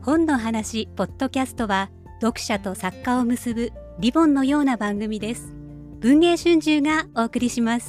本の話ポッドキャストは読者と作家を結ぶリボンのような番組です。文藝春秋がお送りします。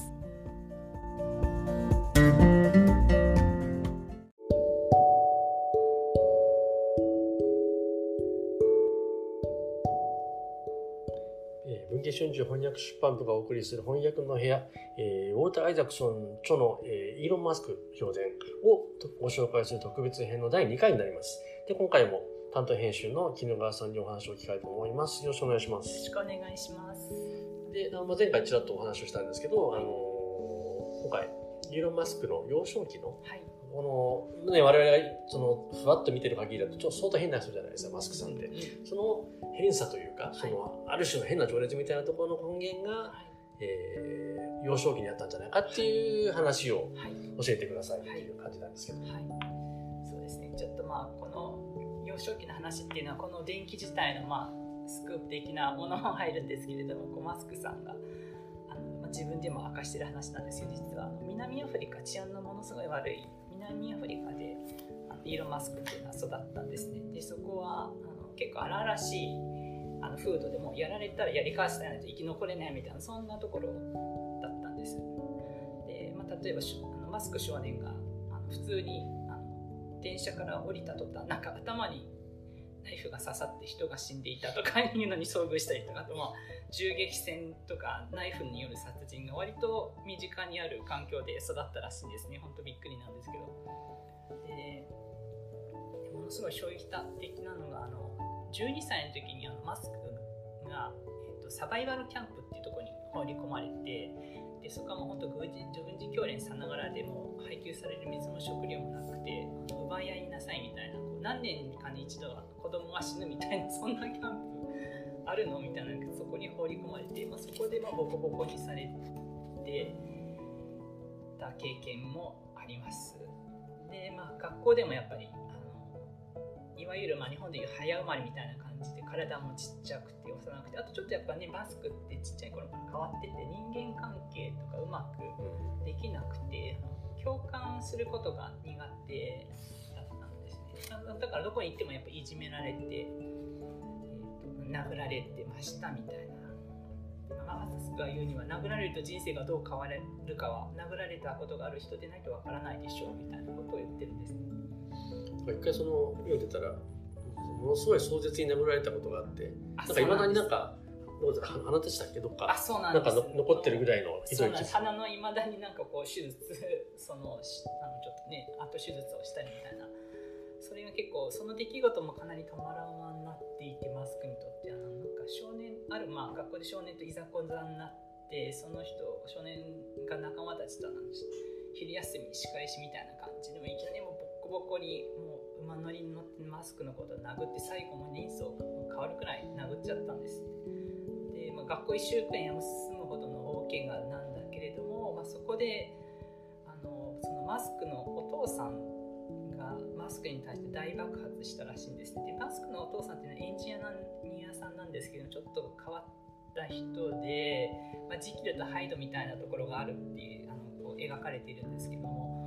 文藝春秋翻訳出版部がお送りする翻訳の部屋、ウォルター・アイザクソン著の、イーロン・マスク評伝をご紹介する特別編の第2回になります。で、今回も担当編集の絹川さんにお話を聞きたいと思います。よろしくお願いします。 よろしくお願いします。 で、前回ちらっとお話をしたんですけど、今回イーロン・マスクの幼少期の、このね、我々がそのふわっと見てる限りだと相当変な人じゃないですか、マスクさんって。その変さというか、そのある種の変な情熱みたいなところの根源が、幼少期にあったんじゃないかっていう話を教えてくださいっていう感じなんですけど。 そうですね。ちょっとこの幼少期の話っていうのはこの伝記自体のスクープ的なものも入るんですけれども、マスクさんが自分でも明かしてる話なんですよ。実は南アフリカ、治安のものすごい悪い南アフリカでイーロン・マスクっていうのは育ったんですね。でそこは結構荒々しい風土でもやられたらやり返さないと生き残れないみたいな、そんなところだったんです。で、例えばマスク少年が普通に電車から降りた途端頭にナイフが刺さって人が死んでいたとかいうのに遭遇したりとか、あと銃撃戦とかナイフによる殺人が割と身近にある環境で育ったらしいんですね。本当びっくりなんですけど、でものすごい衝撃的なのが12歳の時にマスクが、サバイバルキャンプっていうところに放り込まれて、でそこはもう本当軍事教練さながらでも配給される水も食料もなくて奪い合いなさいみたいな、何年かに一度は子供が死ぬみたいな、そんなキャンプあるのみたいな、そこに放り込まれて、そこでボコボコにされてた経験もあります。で、学校でもやっぱりいわゆる日本でいう早生まれみたいな感じで体もちっちゃくて幼くて、あとちょっとやっぱね、マスクってちっちゃい頃から変わってて人間関係とかうまくできなくて、共感することが苦手だったんですね。だからどこに行ってもやっぱいじめられて、殴られてましたみたいな。マスクが言うには、殴られると人生がどう変わるかは殴られたことがある人でないとわからないでしょうみたいなことを言ってるんですね。 一回読んでたらものすごい壮絶に殴られたことがあって、いまだにどうですか、鼻でしたっけ、どっか残ってるぐらいのひどい傷、 鼻のいまだに手術ちょっとね後手術をしたりみたいな、それが結構その出来事もかなりトラウマになっていて、マスクにとっては少年学校で少年といざこざになって、その少年が仲間たちと昼休みに仕返しみたいな感じでもいきなりもうボコボコにもう馬乗りに乗ってマスクのことを殴って、最後も人相が変わるくらい殴っちゃったんです。で、学校1週間休むほどの大怪我なんだけれども、そこでそのマスクのお父さんがマスクに対して大爆発したらしいんですね。でマスクのお父さんっていうのはエンジニアさんなんですけど、ちょっと変わった人で、ジキルとハイドみたいなところがあるっていう描かれているんですけども、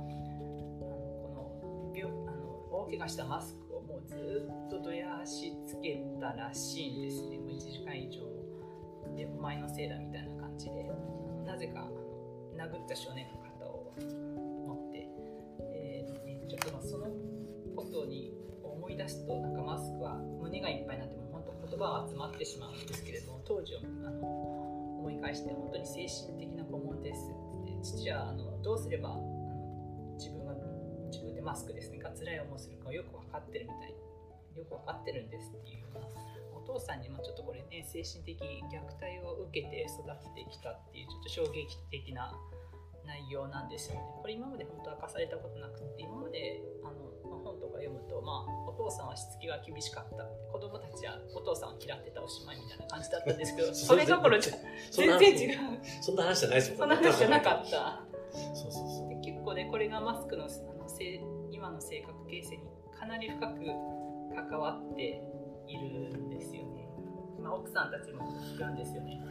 大怪我したマスクをもうずっとどやしつけたらしいんですね。もう1時間以上で、お前のせいだみたいな感じで、なぜか殴った少年の肩を持って、ちょっとそのことに思い出すとマスクは胸がいっぱいになっても本当言葉が集まってしまうんですけれども、当時を思い返して本当に精神的な拷問ですって、父はどうすれば自分でマスクですねが辛い思いするかをよく分かってるんですっていうような、お父さんにもちょっとこれね、精神的虐待を受けて育ててきたっていうちょっと衝撃的な内容なんですよね。これ今まで本当明かされたことなくて、今まで本とか読むと、お父さんはしつけが厳しかった、子供たちはお父さんを嫌ってた、おしまいみたいな感じだったんですけどそれどころじゃ全然違う、 そんな話じゃないですもんね。 そんな話じゃなかった。 そうで結構ね、これがマスクの今の性格形成にかなり深く関わっているんですよね。奥さんたちも言うんですよね。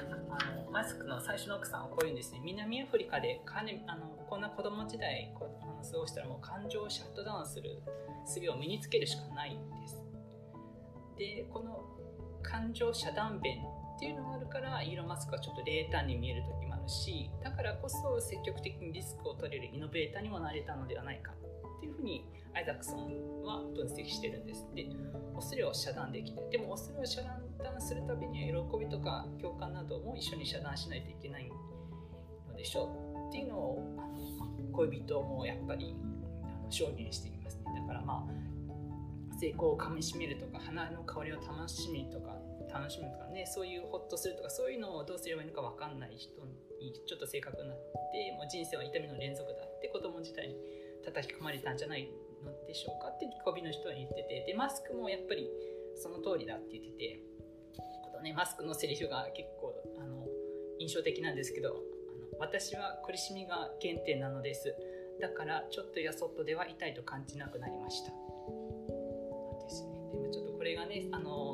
マスクの最初の奥さんはこういうんですね。南アフリカでこんな子供時代過ごしたらもう感情をシャットダウンする術を身につけるしかないんです。でこの感情遮断弁っていうのがあるからイーロン・マスクはちょっと冷淡に見える時もあるし、だからこそ積極的にリスクを取れるイノベーターにもなれたのではないかっていうふうにアイザックソンは分析してるんです。で恐れを遮断できて、でも恐れを遮断するためには喜びとか共感なども一緒に遮断しないといけないのでしょうっていうのを恋人もやっぱり証言していますね。だから成功をかみしめるとか花の香りを楽しむとかね、そういうホッとするとかそういうのをどうすればいいのか分かんない人にちょっと性格になって、もう人生は痛みの連続だって子供自体に叩き込まれたんじゃないのでしょうかって恋の人は言ってて、でマスクもやっぱりその通りだって言ってて、マスクのセリフが結構印象的なんですけど、私は苦しみが原点なのです。だからちょっとやそっとでは痛いと感じなくなりました。ですね。でもちょっとこれがね、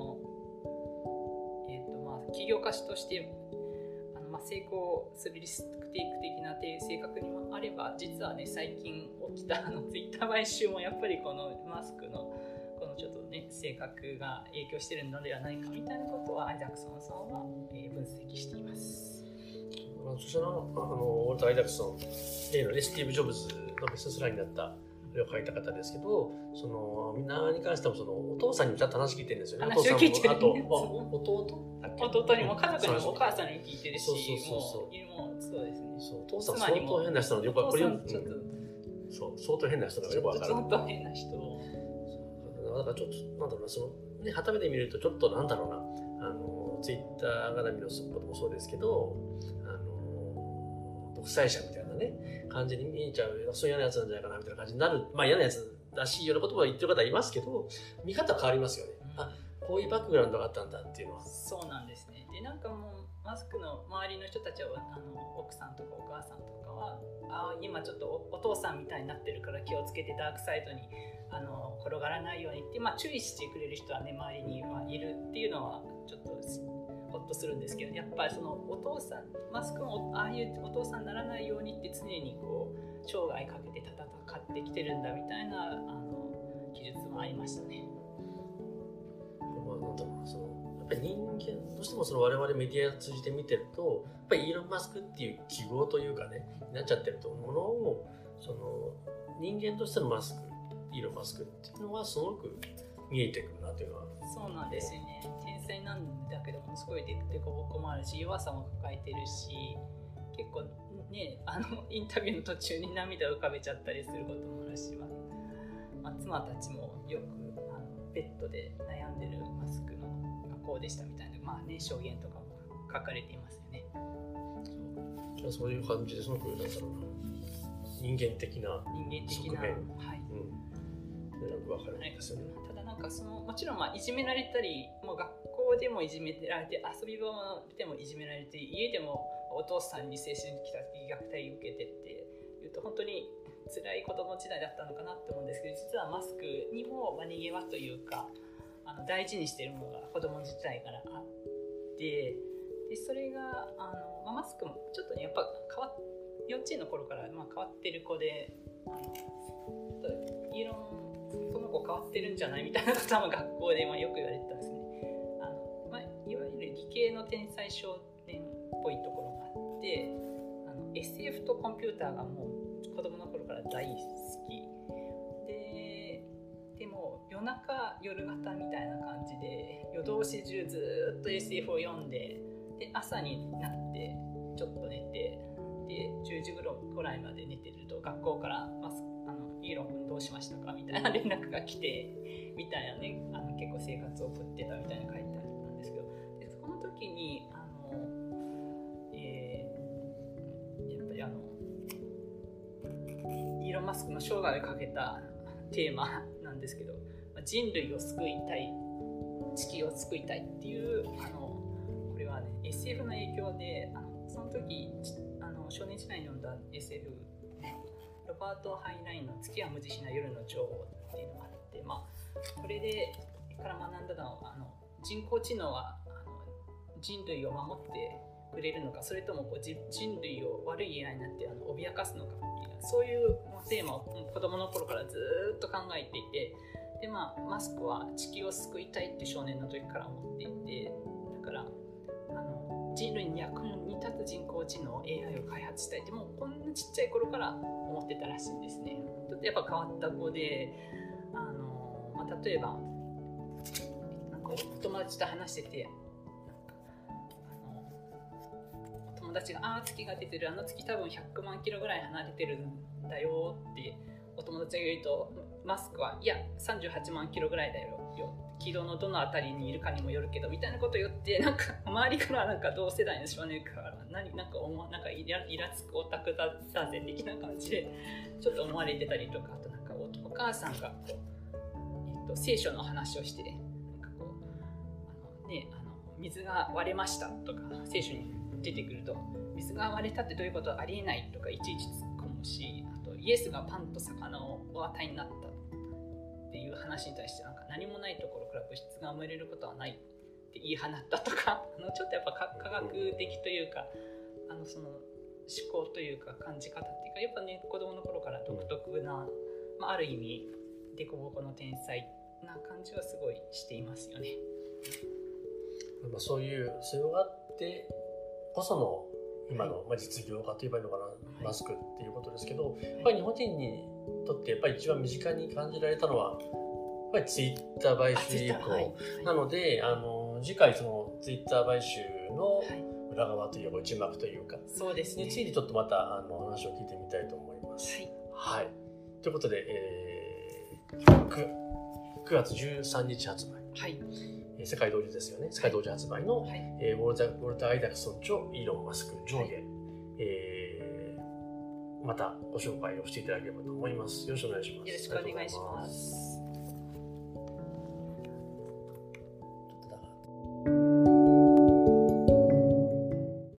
起業家として成功するリスクテイク的な性格にもあれば、実はね最近起きたツイッター買収もやっぱりこのマスクのこのちょっとね性格が影響しているのではないかみたいなことはアイザックソンさんは分析しています。 そしてウォルター・アイザックソン例のねスティーブ・ジョブズのベストセラーになったあれを書いた方ですけど、みんなに関してもお父さんにもちゃんと話聞いてるんですよね。 話を聞いてる。 あと弟にも家族にもお母さんに聞いてるし、そうですね。 お父さん相当変な人なのでよくわかる。相当変な人なのよくわかる。 相当変な人。 だからちょっと旗目で見るとちょっとツイッター絡みのこともそうですけど、独裁者みたいなね感じに見えちゃう、そういう嫌なやつなんじゃないかなみたいな感じになる、嫌なやつらしいような言葉を言ってる方はいますけど、見方は変わりますよね。こういうバックグラウンドがあったんだっていうのは。 そうなんですね。でもうマスクの周りの人たちは奥さんとかお母さんとかは今ちょっとお父さんみたいになってるから気をつけてダークサイドに転がらないようにって、注意してくれる人はね周りにはいるっていうのはちょっとホッとするんですけど、やっぱりそのお父さんマスクもああいうお父さんにならないようにって常に生涯かけて戦ってきてるんだみたいな記述もありましたね。 やっぱり人間としても我々メディアを通じて見てると、やっぱりイーロン・マスクっていう記号というかねになっちゃってるとものを人間としてのイーロン・マスクっていうのはすごく見えてくるなというのは。 そうなんですよね。天才なんだけどもすごいデコボコもあるし弱さも抱えてるし、結構ねインタビューの途中に涙を浮かべちゃったりすることもあるし、妻たちもよくベッドで悩んでるマスクのこうでしたみたいな証言とかも書かれていますよね。 そういう感じですごく人間的な側面、よくわかるんですよね。 ただもちろんいじめられたり、もう学校でもいじめられて、遊び場でもいじめられて、家でもお父さんに精神的虐待を受けてっていうと本当に辛い子供時代だったのかなって思うんですけど、実はマスクにも逃げ場というか大事にしているものが子供自体からあって、でそれがマスクもちょっとねやっぱ幼稚園の頃から変わってる子で、イーロンこの子変わってるんじゃないみたいなことは学校でよく言われてたんですね。いわゆる理系の天才少年っぽいところがあって、SF とコンピューターがもう子供の頃から大好きでも夜型みたいな感じで夜通し中ずっと SF を読んで、朝になってちょっと寝て、で10時ぐらいまで寝てると学校からイーロン君どうしましたかみたいな連絡が来てみたいなね、結構生活を送ってたみたいな書いてあったんですけど、でその時にやっぱりイーロン・マスクの生涯をかけたテーマなんですけど、人類を救いたい、地球を救いたいっていうこれはね SF の影響でその時少年時代に読んだ SF ロバート・ハインラインの月は無慈悲な夜の女王っていうのがあって、これでから学んだのは人工知能は人類を守ってくれるのか、それとも人類を悪い AI になって脅かすのかっていうそういうテーマを子供の頃からずっと考えていて、でマスクは地球を救いたいって少年の時から思っていて、だから人類に役に立つ人工知能 AI を開発したいってもうこんなちっちゃい頃から思ってたらしいんですね。ちょっとやっぱ変わった子で、例えばなんかお友達と話してて、お友達が月が出てる、月多分100万キロぐらい離れてるんだよってお友達が言うと、マスクはいや38万キロぐらいだよ、軌道のどの辺りにいるかにもよるけどみたいなことを言って、なんか周りからなんか同世代の少年からなんかイラつくオタクだぜ的な感じでちょっと思われてたりとか、あとなんかお母さんが聖書の話をして、なんか水が割れましたとか聖書に出てくると、水が割れたってどういうことはありえないとかいちいち突っ込むし、あとイエスがパンと魚をお与えになったっていう話に対して、なんか何もないところから物質が生まれることはないって言い放ったとか、ちょっとやっぱ科学的というかその思考というか感じ方っていうか、やっぱね子供の頃から独特な、ある意味デコボコの天才な感じはすごいしていますよね。 そういうのがあってこその今の、実業家といえばいいのかな、マスクっていうことですけど、やっぱり日本人にとってやっぱり一番身近に感じられたのはやっぱりツイッター買収以降、なので次回そのツイッター買収の裏側というか内幕というか、 そうですね、 についてちょっとまた話を聞いてみたいと思います。はい、ということで、9月13日発売、世界同時ですよね。世界同時発売の、ウォルター・アイザクソン著イーロン・マスク上下、またご紹介をしていただければと思います。よろしくお願いします。 よろしくお願いします。